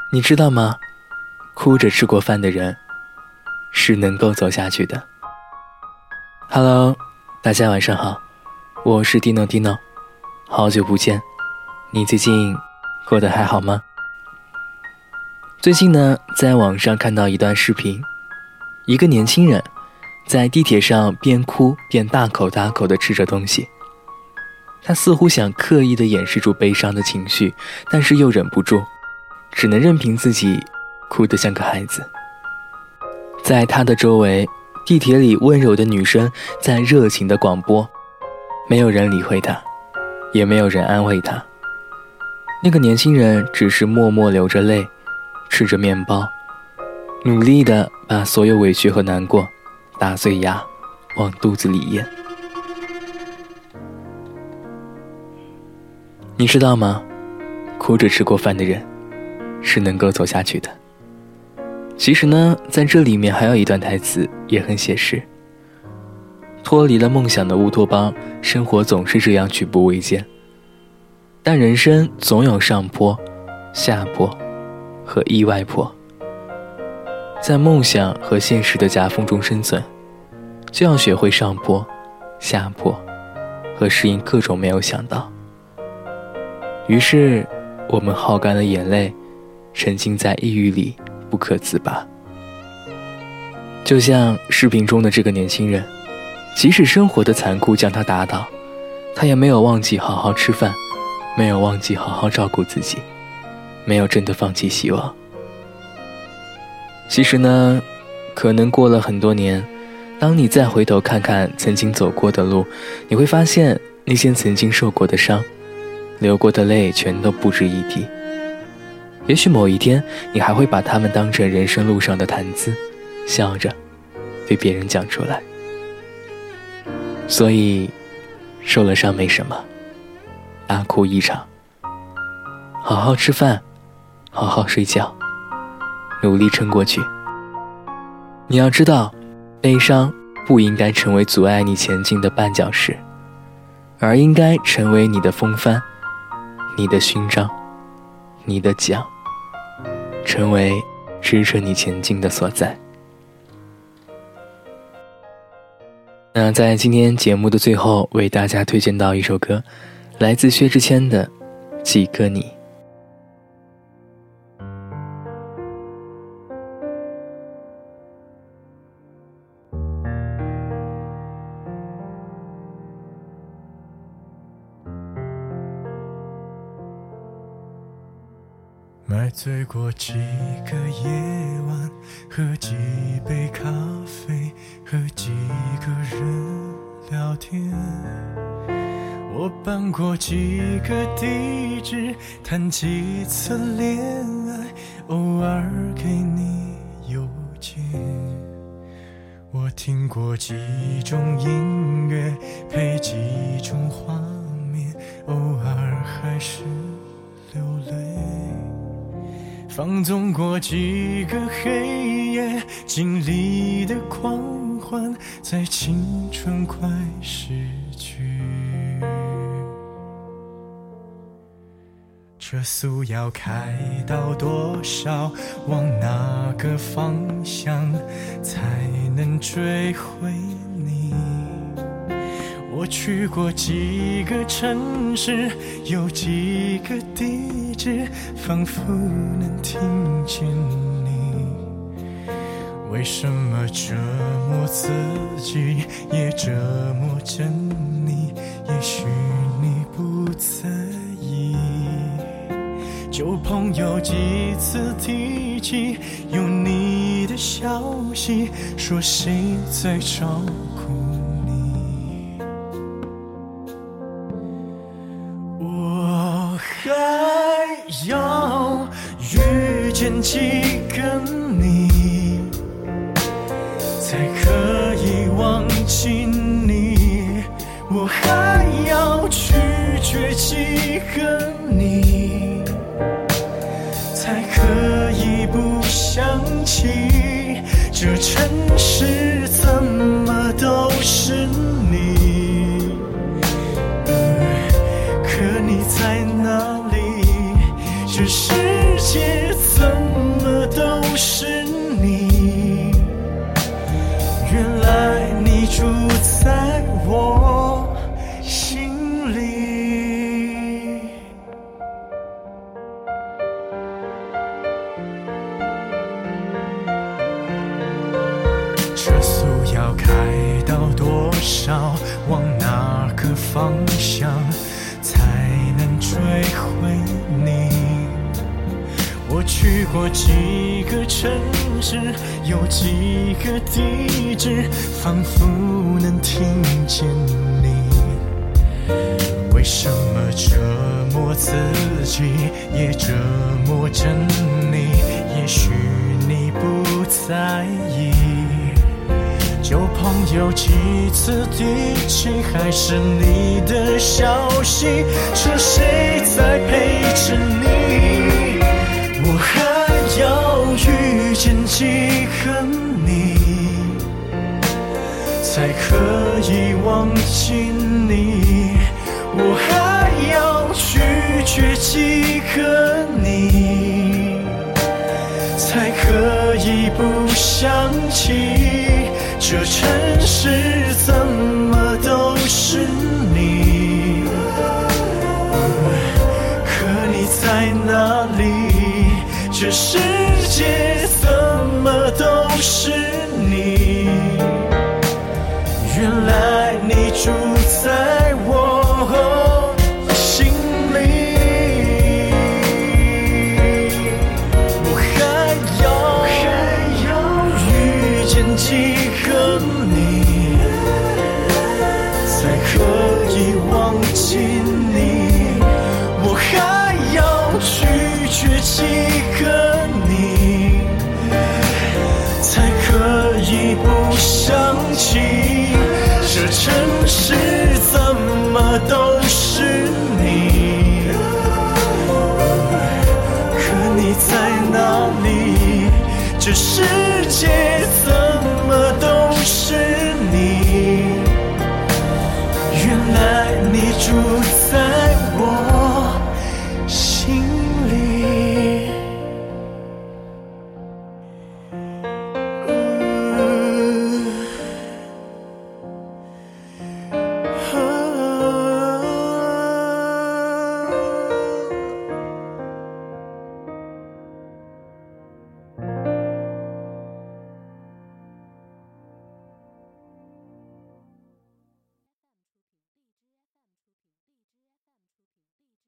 你知道吗？哭着吃过饭的人是能够走下去的。 Hello， 大家晚上好，我是 Dino， 好久不见，你最近过得还好吗？最近呢，在网上看到一段视频，一个年轻人在地铁上边哭边大口大口地吃着东西，他似乎想刻意地掩饰住悲伤的情绪，但是又忍不住，只能任凭自己哭得像个孩子。在他的周围，地铁里温柔的女生在热情地广播，没有人理会他，也没有人安慰他。那个年轻人只是默默流着泪，吃着面包，努力地把所有委屈和难过打碎牙往肚子里咽。你知道吗？哭着吃过饭的人是能够走下去的。其实呢，在这里面还有一段台词也很写实。脱离了梦想的乌托邦，生活总是这样举步维艰，但人生总有上坡、下坡和意外坡。在梦想和现实的夹缝中生存，就要学会上坡、下坡和适应各种没有想到。于是我们耗干了眼泪，沉浸在抑郁里不可自拔。就像视频中的这个年轻人，即使生活的残酷将他打倒，他也没有忘记好好吃饭，没有忘记好好照顾自己，没有真的放弃希望。其实呢，可能过了很多年，当你再回头看看曾经走过的路，你会发现那些曾经受过的伤，流过的泪全都不值一提。也许某一天，你还会把它们当成人生路上的谈资，笑着对别人讲出来。所以受了伤没什么，大哭一场，好好吃饭，好好睡觉，努力撑过去。你要知道，悲伤不应该成为阻碍你前进的绊脚石，而应该成为你的风帆，你的勋章，你的桨，成为支撑你前进的所在。那在今天节目的最后，为大家推荐到一首歌，来自薛之谦的《几个你》。 买醉过几个夜晚，喝几杯咖啡，和几个人聊天。我搬过几个地址，谈几次恋爱，偶尔给你邮件。我听过几种音乐，配几种画面，偶尔还是流泪。放纵过几个黑夜，经历的狂欢，在青春快逝去。车速要开到多少，往哪个方向才能追回你？我去过几个城市，有几个地址，仿佛能听见你。为什么折磨自己，也折磨着你？也许你不在意。旧朋友几次提起有你的消息，说谁在照顾你？我还要遇见几个你，才可以忘记你？我还要拒绝几个你，才可以不想起这城市怎么都是你。可你在哪里？这世界怎是你。原来你住在我心里。车速要开到多少？往哪个方向才能追回你？我去过几个城市，有几个地址，仿佛能听见你。为什么折磨自己，也折磨着你？也许你不在意。旧朋友几次提起，还是你的消息，是谁在陪着你？我还要遇见几个你，才可以忘记你？我还要拒绝几个你，才可以不想起？这城市怎么都是你？可你在哪里？这世界怎么都是你？原来你住在我心里。我还要遇见几个你，才可以忘记你？我还要拒绝几个你，才可以不想起？这城市怎么都是你？可你在哪里？这世